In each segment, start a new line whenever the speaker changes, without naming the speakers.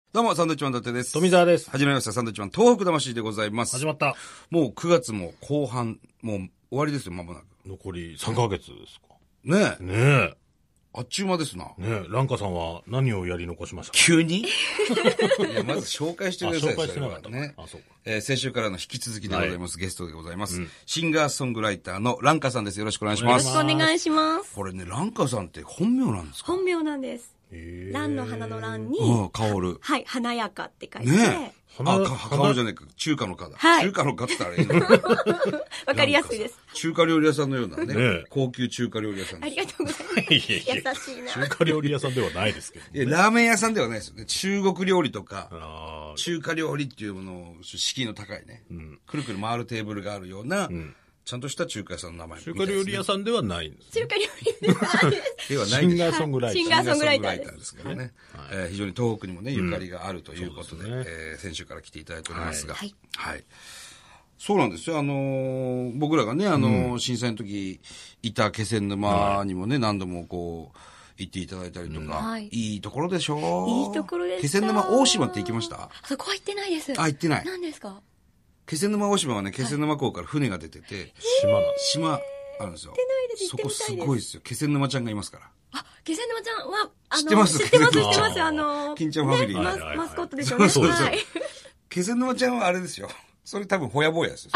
どうも、サンドウィッチマン伊達です。
富澤です。
始まりました。サンドウィッチマン東北魂でございます。
始まった。
もう9月も後半、もう終わりですよ、間もなく。
残り3ヶ月ですか。
ねえ。
ねえ。
あっちゅう間ですな。
ねえ、ランカさんは何をやり残しましたか？
急にいや、まず紹介してください。
紹介してなかった
ね。
あ、そうか。
先週からの引き続きでございます。ゲストでございます。シンガーソングライターのランカさんです。よろしくお願いします。
よろしくお願いします。
これね、ランカさんって本名なんですか？
本名なんです。蘭の花の蘭に、
香る。
はい、華やかって書いて。
ねえ。香るじゃねえか。中華の華だ。
はい。
中華の華って言ったらいいの。
わかりやすいです。
中華料理屋さんのようなね。高級中華料理屋さん。
ありがとうございます。優しいな。
中華料理屋さんではないですけど。
いや、ラーメン屋さんではないですよね。中国料理とか、中華料理っていうものを、敷居の高いね。くるくる回るテーブルがあるような、ちゃんとした中華屋さんの名前。
中華料理屋さんではないんです。
中華料理ではないです。
ではないです。
シンガーソングライター。
シンガーソングライター
ですからね。非常に東北にもね、ゆかりがあるということで、先週から来ていただいておりますが。はい。そうなんですよ。僕らがね、震災の時、いた気仙沼にもね、何度もこう、行っていただいたりとか、いいところでしょ？
いいところです。
気仙沼大島って行きました？
そこは行ってないです。
あ、行ってない。
何ですか？
気仙沼大島はね、気仙沼港から船が出てて、島あるんですよ。
行ってないです。
そこすごいですよ。気仙沼ちゃんがいますから。
あ、気仙沼ちゃんは、
知ってます。
知ってます。
金ちゃんファミリ
ー。マスコットですよね。
そうです。気仙沼ちゃんはあれですよ。それ多分、ほやぼやですよ。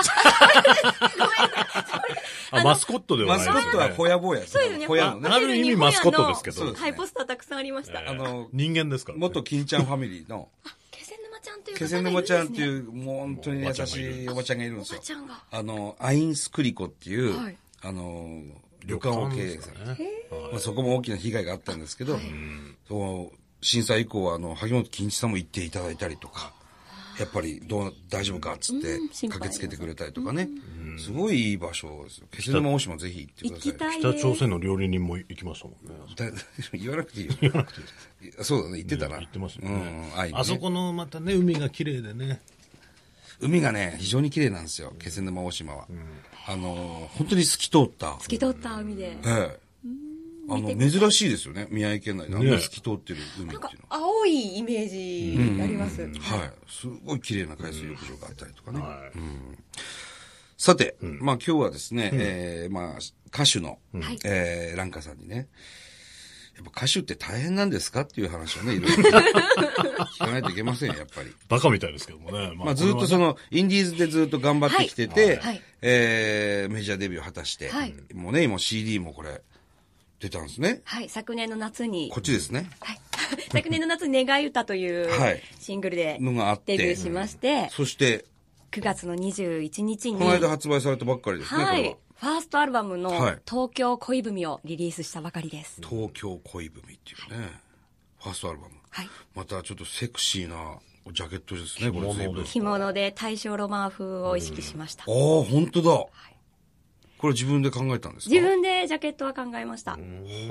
マスコットではないです。
マスコットはほやぼやです。
そうですね。
ある意味マスコットですけど。
はい、ポスターたくさんありました。
人間ですから。
元金ちゃんファミリーの。
気仙沼ちゃんという
気仙沼ちゃんっていう、もう本当に優しいおばちゃんがいるんですよ。アインスクリコっていう、旅館を経営されて、そこも大きな被害があったんですけど、震災以降は、萩本欽一さんも行っていただいたりとか、やっぱり大丈夫かっつって駆けつけてくれたりとかね。すごいいい場所ですよ。気仙沼大島ぜひ行ってください。
北朝鮮の料理人も行きましたもんね。
言わなくていいよ。
言わなくていい。
そうだね、行ってたな。
行ってますよね。あそこのまたね、海が綺麗でね。
海がね、非常に綺麗なんですよ。気仙沼大島は。本当に透き通った。
透き通った海で。
珍しいですよね。宮城県内であんな透き通ってる海っていうのは。
青いイメージあります。はい。
すごい綺麗な海水浴場があったりとかね。さて、まあ今日はですね、まあ歌手の、ランカさんにね、やっぱ歌手って大変なんですかっていう話をね、いろいろ聞かないといけませんよ、やっぱり。
バカみたいですけどもね。
まあずっとその、インディーズでずっと頑張ってきてて、メジャーデビューを果たして、もうね、今 CD もこれ、出たんですね。
はい、昨年の夏に。
こっちですね。
はい。昨年の夏に願い歌というシングルでデビューしまして、
そして、
9月の21日に。
この間発売されたばっかりですね、
はい。ファーストアルバムの東京恋文をリリースしたばかりです。
東京恋文っていうね、ファーストアルバム。はい。またちょっとセクシーなジャケットですね、これ。
着物で大正ロマン風を意識しました。
ああ、本当だ。これ自分で考えたんですか？
自分でジャケットは考えました。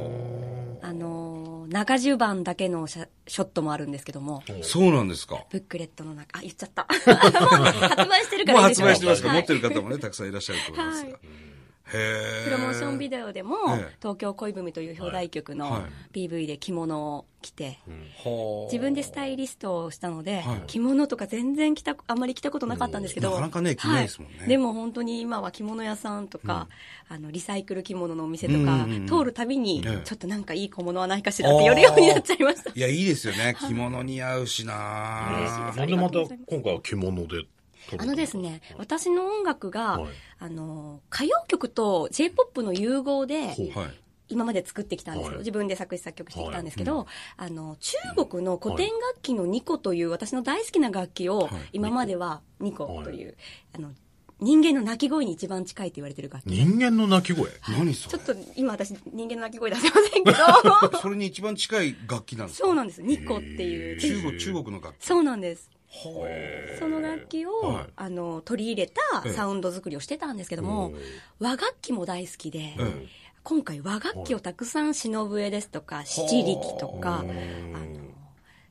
長襦袢だけのショットもあるんですけども。
そうなんですか。
ブックレットの中、言っちゃった。もう発売してるからいいでしょ。
もう発売してますから、持ってる方もね、たくさんいらっしゃると思いますが。
プロモーションビデオでも、東京恋文という表題曲の PV で着物を着て、自分でスタイリストをしたので、着物とか全然あんまり着たことなかったんですけど、
なかなかね、着ないですもんね。
でも本当に今は着物屋さんとか、リサイクル着物のお店とか、通るたびに、ちょっとなんかいい小物はないかしらって寄るようになっちゃいました。
いや、いいですよね。着物似合うしな
嬉しいです。
なんでまた今回は着物で
ですね、私の音楽が、歌謡曲と J-POP の融合で、今まで作ってきたんですよ。自分で作詞作曲してきたんですけど、中国の古典楽器のニコという私の大好きな楽器を、今まではニコという、人間の鳴き声に一番近いって言われてる楽器。
人間の鳴き声？
何それ？
ちょっと今私人間の鳴き声出せませんけど。
それに一番近い楽器なんですか？
そうなんです。ニコっていう。
中国の楽器。
そうなんです。その楽器を、取り入れたサウンド作りをしてたんですけども、和楽器も大好きで、今回和楽器をたくさん篠笛ですとか七力とか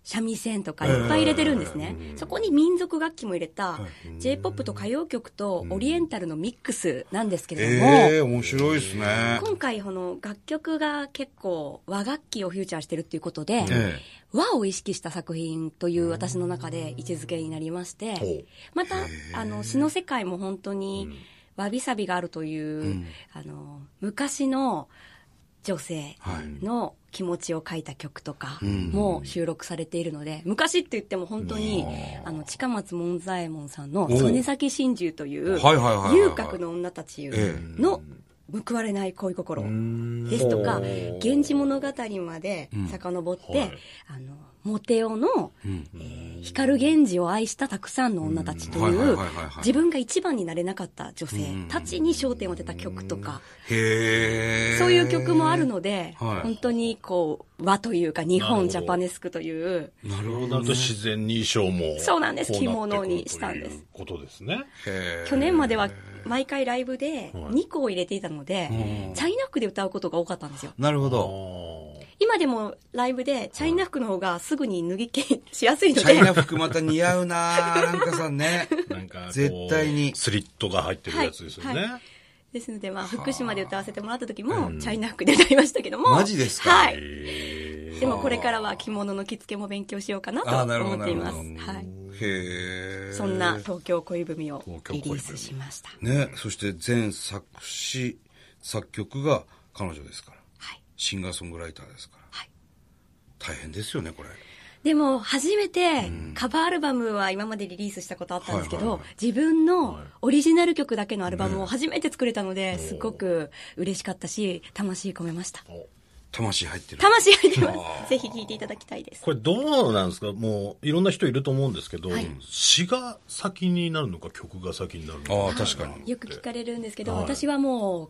三味線とかいっぱい入れてるんですね。そこに民族楽器も入れた J-POP と歌謡曲とオリエンタルのミックスなんですけれども、
面白いですね。
今回この楽曲が結構和楽器をフューチャーしてるっていうことで、和を意識した作品という私の中で位置づけになりまして、また詩の世界も本当にわびさびがあるという、昔の女性の気持ちを書いた曲とかも収録されているので、昔って言っても本当に近松門左衛門さんの曽根崎心中という遊郭の女たちの報われない恋心ですとか、源氏物語まで遡って、モテオの、光源氏を愛したたくさんの女たちという、自分が一番になれなかった女性たちに焦点を当てた曲とか、そういう曲もあるので、本当にこう和というか日本ジャパネスクという、
なるほど、自然に衣装も
そうなんです、着物にしたんです。
ことですね。
去年までは毎回ライブで2個を入れていたので、チャイナ服で歌うことが多かったんですよ。
なるほど。
今でもライブでチャイナ服の方がすぐに脱ぎ着しやすいので。
チャイナ服また似合うななんかさんね。
なんか
絶対に。
スリットが入ってるやつですよね。
ですので、福島で歌わせてもらった時も、チャイナ服で歌いましたけども。
マジですか？
はい。でもこれからは着物の着付けも勉強しようかなと思っています。はい。そんな東京恋文をリリースしました。
ね、そして全作詞、作曲が彼女ですから。はい。シンガーソングライターですから。はい。大変ですよね、これ。
でも、初めて、カバーアルバムは今までリリースしたことあったんですけど、自分のオリジナル曲だけのアルバムを初めて作れたので、すごく嬉しかったし、魂込めました。
魂入ってる。
魂入ってます。ぜひ聴いていただきたいです。
これどうなんですか？もう、いろんな人いると思うんですけど、詩が先になるのか、曲が先になるのか。
ああ、確かに。
よく聞かれるんですけど、私はもう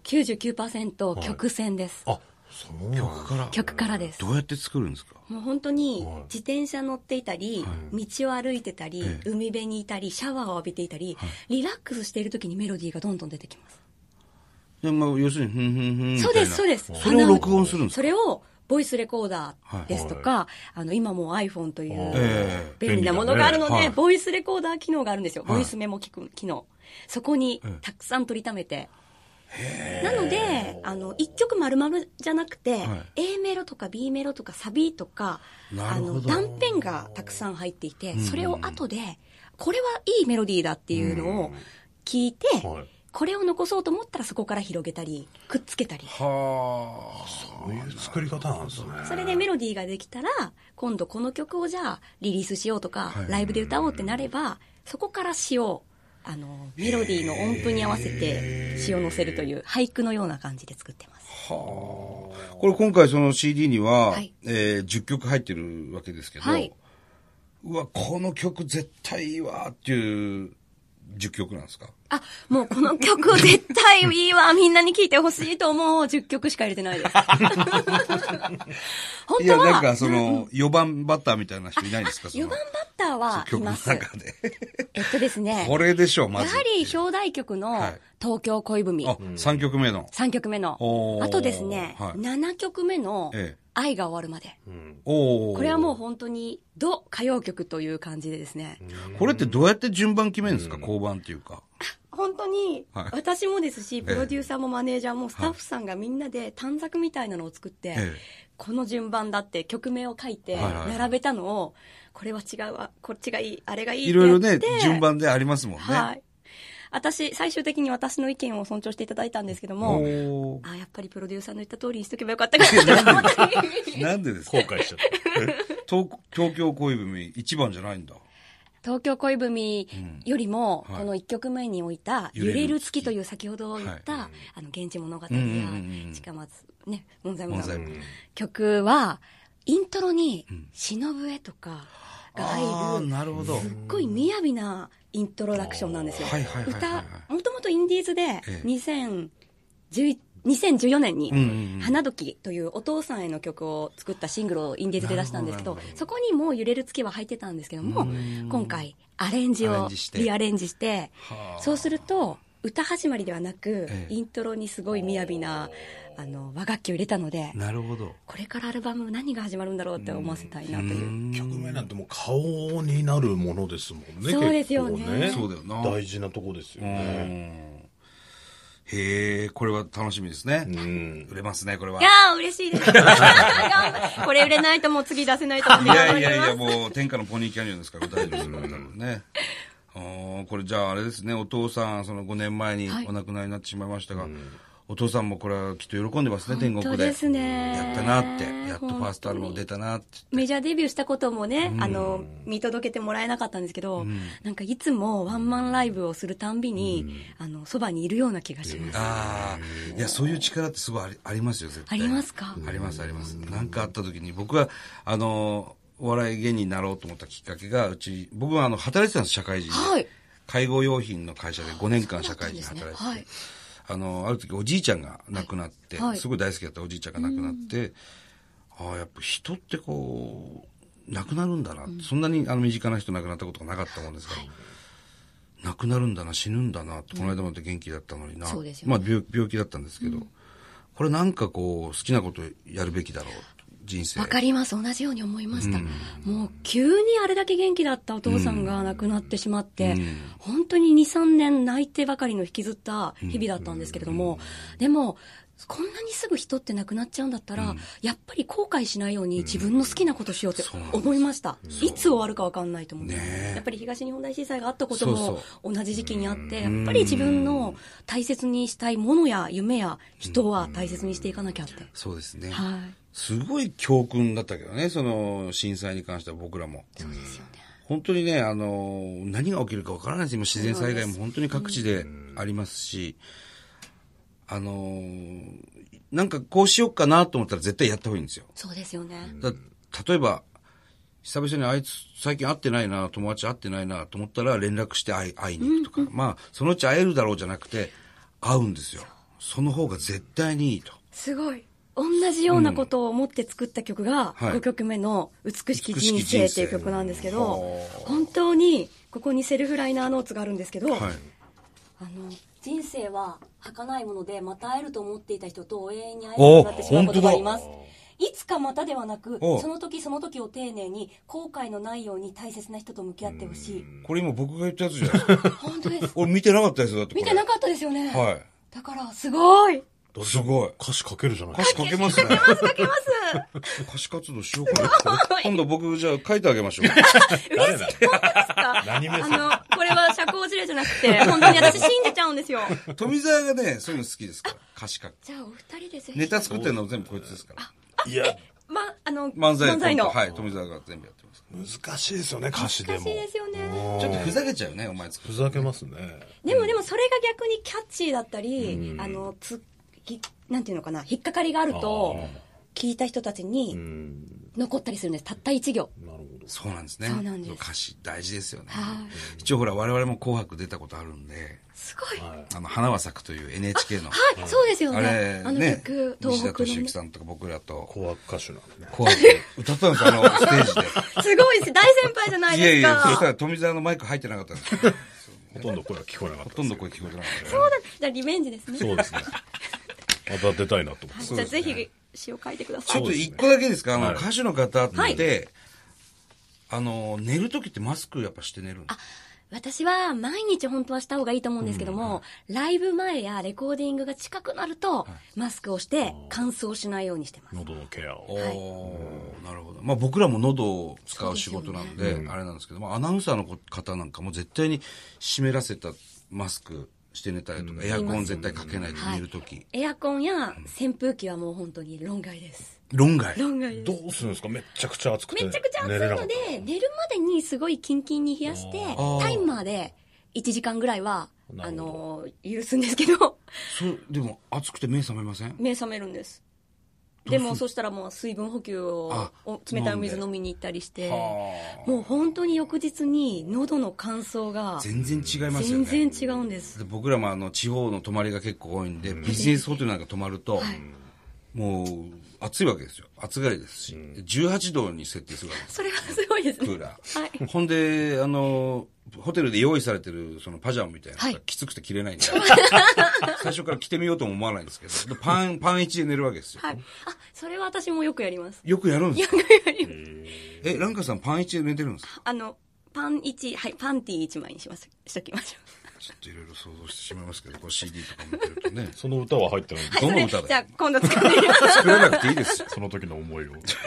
99% 曲線です。曲からです。
どうやって作るんですか？
もう本当に自転車乗っていたり、道を歩いてたり、海辺にいたり、シャワーを浴びていたり、リラックスしている時にメロディーがどんどん出てきます。
でも要するに、ふんふんふんみたいな。
そうです、そうです。
それを録音するんですか？
それを、ボイスレコーダーですとか、今もう iPhone という便利なものがあるので、ボイスレコーダー機能があるんですよ。ボイスメモ機能。そこにたくさん取りためて、なので、一曲丸々じゃなくて、A メロとか B メロとかサビとか、断片がたくさん入っていて、それを後で、これはいいメロディーだっていうのを聞いて、これを残そうと思ったらそこから広げたり、くっつけたり。
そういう作り方なんですね。
それでメロディーができたら、今度この曲をじゃあリリースしようとか、ライブで歌おうってなれば、そこから詩を、メロディーの音符に合わせて詩を乗せるという俳句のような感じで作ってます。
これ今回その CD には、10曲入ってるわけですけど、うわ、この曲絶対いいわっていう10曲なんですか？
もうこの曲絶対いいわ、みんなに聴いてほしいと思う10曲しか入れてないです。本当は。いや、
なんか4番バッターみたいな人いないんですか
？4番バッターはいます。
曲の中で。
ですね。
これでしょう、まず。
やはり表題曲の東京恋文。
3曲目の。
3曲目の。あとですね、7曲目の愛が終わるまで。これはもう本当にド歌謡曲という感じでですね。
これってどうやって順番決めるんですか？交番っていうか。
本当に、私もですし、プロデューサーもマネージャーもスタッフさんがみんなで短冊みたいなのを作って、この順番だって曲名を書いて、並べたのを、これは違うわ、こっちがいい、あれがいいって言って。いろいろね、
順番でありますもんね。
はい。最終的に私の意見を尊重していただいたんですけども、やっぱりプロデューサーの言った通りにしとけばよかったかなと思ったり。
なんでですか？
後悔しちゃった。
東京恋文1番じゃないんだ。
東京恋文よりも、この1曲目に置いた、揺れる月という先ほど言った、源氏物語や、近松、ね、門左衛門さんの曲は、イントロに、忍笛とかが入る、すっごい雅なイントロダクションなんですよ。もともとインディーズで、2014年に、花時というお父さんへの曲を作ったシングルをインディーズで出したんですけど、そこにも揺れる月は入ってたんですけども、今回アレンジをリアレンジして、そうすると、 歌始まりではなく、イントロにすごい雅な和楽器を入れたので、
なるほど。
これからアルバム何が始まるんだろうって思わせたいなという。
曲名なんてもう顔になるものですもんね。
そうですよね。
そうだよな。
大事なとこですよね。
へえ、これは楽しみですね。売れますね、これは。
いやー、嬉しいです。これ売れないともう次出せないと思って。
いや、もう天下のポニーキャニオンですから、大丈夫ですからね。これじゃああれですね、お父さん、その5年前にお亡くなりになってしまいましたが、お父さんもこれはきっと喜んでますね、天国で。
そうですね。
やったなって。やっとファーストアルバム出たなって。
メジャーデビューしたこともね、見届けてもらえなかったんですけど、なんかいつもワンマンライブをするたんびに、そばにいるような気がします。
ああ、いや、そういう力ってすごいありますよ、絶対。
ありますか？
あります。なんかあった時に、僕は、お笑い芸人になろうと思ったきっかけが、僕は働いてたんです、社会人で。はい。介護用品の会社で5年間社会人で働いてて。はい。ある時おじいちゃんが亡くなって、すごい大好きだったおじいちゃんが亡くなって、やっぱ人ってこう、亡くなるんだな。そんなに身近な人亡くなったことがなかったもんですから、亡くなるんだな、死ぬんだなって、この間まで元気だったのにな。そうですよね。まあ病気だったんですけど、これなんかこう、好きなことやるべきだろう。人生。
わかります。同じように思いました。もう急にあれだけ元気だったお父さんが亡くなってしまって、本当に2、3年泣いてばかりの引きずった日々だったんですけれども、でも、こんなにすぐ人って亡くなっちゃうんだったら、やっぱり後悔しないように自分の好きなことしようって思いました。いつ終わるか分かんないと思って。やっぱり東日本大震災があったことも同じ時期にあって、やっぱり自分の大切にしたいものや夢や人は大切にしていかなきゃって。
そうですね。
はい。
すごい教訓だったけどね、その震災に関しては僕らも。
そうですよね。
本当にね、何が起きるか分からないです。今自然災害も本当に各地でありますし、なんかこうしようかなと思ったら絶対やった方がいいんですよ。
そうですよね。
例えば、久々にあいつ最近会ってないな、友達会ってないなと思ったら連絡して会いに行くとか、まあ、そのうち会えるだろうじゃなくて、会うんですよ。その方が絶対にいいと。
すごい。同じようなことを思って作った曲が、5曲目の美しき人生っていう曲なんですけど、本当にここにセルフライナーノーツがあるんですけど、人生は儚いものでまた会えると思っていた人と永遠に会えなくなってしまうことがあります。いつかまたではなく、その時その時を丁寧に後悔のないように大切な人と向き合ってほしい。
これ今僕が言ったやつじゃないですか。
本当です。
俺見てなかったですよ、だって。
見てなかったですよね。
はい。
だからすごい。
すごい。
歌詞書けるじゃない
ですか。歌詞書けますね。
書けます。
歌詞活動しようかな。今度僕じゃあ書いてあげましょう。
嬉しい。本当ですか？
何目線？
これは社交辞令じゃなくて、本当に私信じちゃうんですよ。
富澤がね、そういうの好きですから。歌詞書く。
じゃあお二人でぜひ。
ネタ作ってるの全部こいつですから。
いや。
漫才の。はい、富澤が全部やって
ます。難しいですよね、歌詞でも。
難しいですよね。
ちょっとふざけちゃうね、お前作る。
ふざけますね。
でもそれが逆にキャッチーだったり、なんていうのかな、引っかかりがあると、聞いた人たちに残ったりするんです。たった一行。
なるほど。
そうなんですね。
そうなんです。
歌詞大事ですよね。一応ほら、我々も紅白出たことあるんで。
すごい。
花は咲くという NHK の。
はい、そうですよね。
あれ、
曲、
西田敏行さんとか僕らと。
紅白歌手なんでね。
紅白歌ったんですよ、ステージで。
すごいです。大先輩じゃないですか。
いや、そしたら富澤のマイク入ってなかったんですよ。
ほとんど声が聞こえなかった。
ほとんど声聞こえてなかった。
そうだ。じゃあリベンジですね。
そうですね。また出たいなと思って。
じゃあぜひ詩を書いてください。
ちょっと一個だけですか、歌手の方って、寝るときってマスクやっぱして寝るんですか？
私は毎日本当はした方がいいと思うんですけども、ライブ前やレコーディングが近くなると、マスクをして乾燥しないようにしてます。
喉のケアを。
なるほど。まあ僕らも喉を使う仕事なんで、あれなんですけど、アナウンサーの方なんかも絶対に湿らせたマスクして寝たりとか、エアコン絶対かけないで寝るとき。
エアコンや扇風機はもう本当に論外です。
論外。
論外です。
どうするんですか？めちゃくちゃ暑くて。
めちゃくちゃ暑いので、寝るまでにすごいキンキンに冷やして、タイマーで1時間ぐらいは、許すんですけど。
でも暑くて目覚めません？
目覚めるんです。でもそしたらもう水分補給を冷たいお水飲みに行ったりして、もう本当に翌日に喉の乾燥が
全然違いますよね。
全然違うんです。
僕らも地方の泊まりが結構多いんで、ビジネスホテルなんか泊まると、もう暑いわけですよ。暑がりですし、18度に設定するわけです。
それはすごいですね。
クーラー。ほんでホテルで用意されてるそのパジャマみたいなのがきつくて着れないんで、最初から着てみようとも思わないんですけど、パン1で寝るわけですよ。
はい。あ、それは私もよくやります。
よくやるんですか？
よくやります。
ランカさんパン1で寝てるんですか？
パン1、はい、パンティ1枚にしときましょう。
ちょっといろいろ想像してしまいますけど、こう CD とか見てるとね。
その歌は入ってないんです
どの歌だよ。
じゃあ今度作ってみます。
作らなくていいですよ。
その時の思いを歌にして。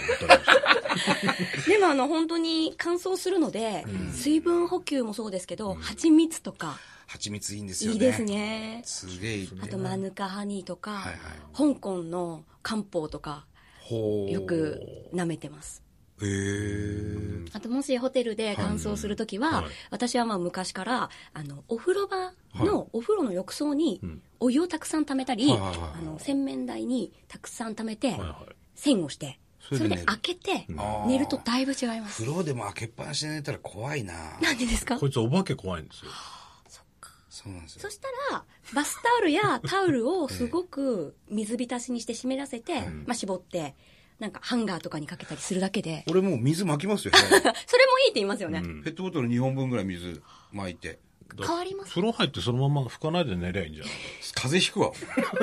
でも本当に乾燥するので、水分補給もそうですけど、蜂蜜とか。
蜂蜜いいんですよね。
いいですね。
すげえいいね。
あとマヌカハニーとか、香港の漢方とか、よく舐めてます。あともしホテルで乾燥するときは、私は昔からお風呂場のお風呂の浴槽にお湯をたくさん溜めたり、洗面台にたくさん溜めて栓をして、それで開けて寝るとだいぶ違います。
風呂でも開けっぱなしで寝たら怖いな。
なんでですか？
こいつお化け怖いんですよ。
そっか。
そうなんですよ。
そしたらバスタオルやタオルをすごく水浸しにして湿らせて、絞ってなんかハンガーとかにかけたりするだけで。
俺もう水巻きますよ。
それもいいって言いますよね。
ペットボトル2本分ぐらい水巻いて。
変わります。
風呂入ってそのまま拭かないで寝りゃいいんじゃない？
風邪ひくわ。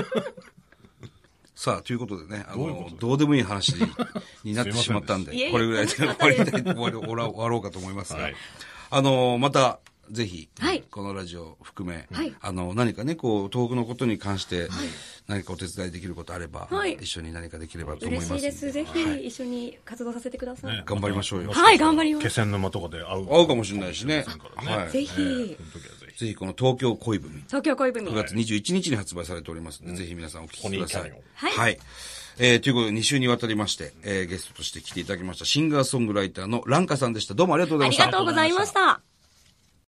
さあ、ということでね、どうでもいい話になってしまったんで、これぐらいで終わろうかと思いますが、また、ぜひ、このラジオを含め、何かね、こう、東北のことに関して、何かお手伝いできることあれば、一緒に何かできればと思います。
嬉しいです。ぜひ、一緒に活動させてください。
頑張りましょうよ。
はい、頑張ります。
気仙沼とかで会
うかもしれないしね。
ぜひ。
ぜひこの東京恋文。
東京恋文。
9月21日に発売されておりますので、ぜひ皆さんお聞きください。
はい。
ということで2週にわたりまして、ゲストとして来ていただきましたシンガーソングライターのランカさんでした。どうもありがとうございました。
ありがとうございました。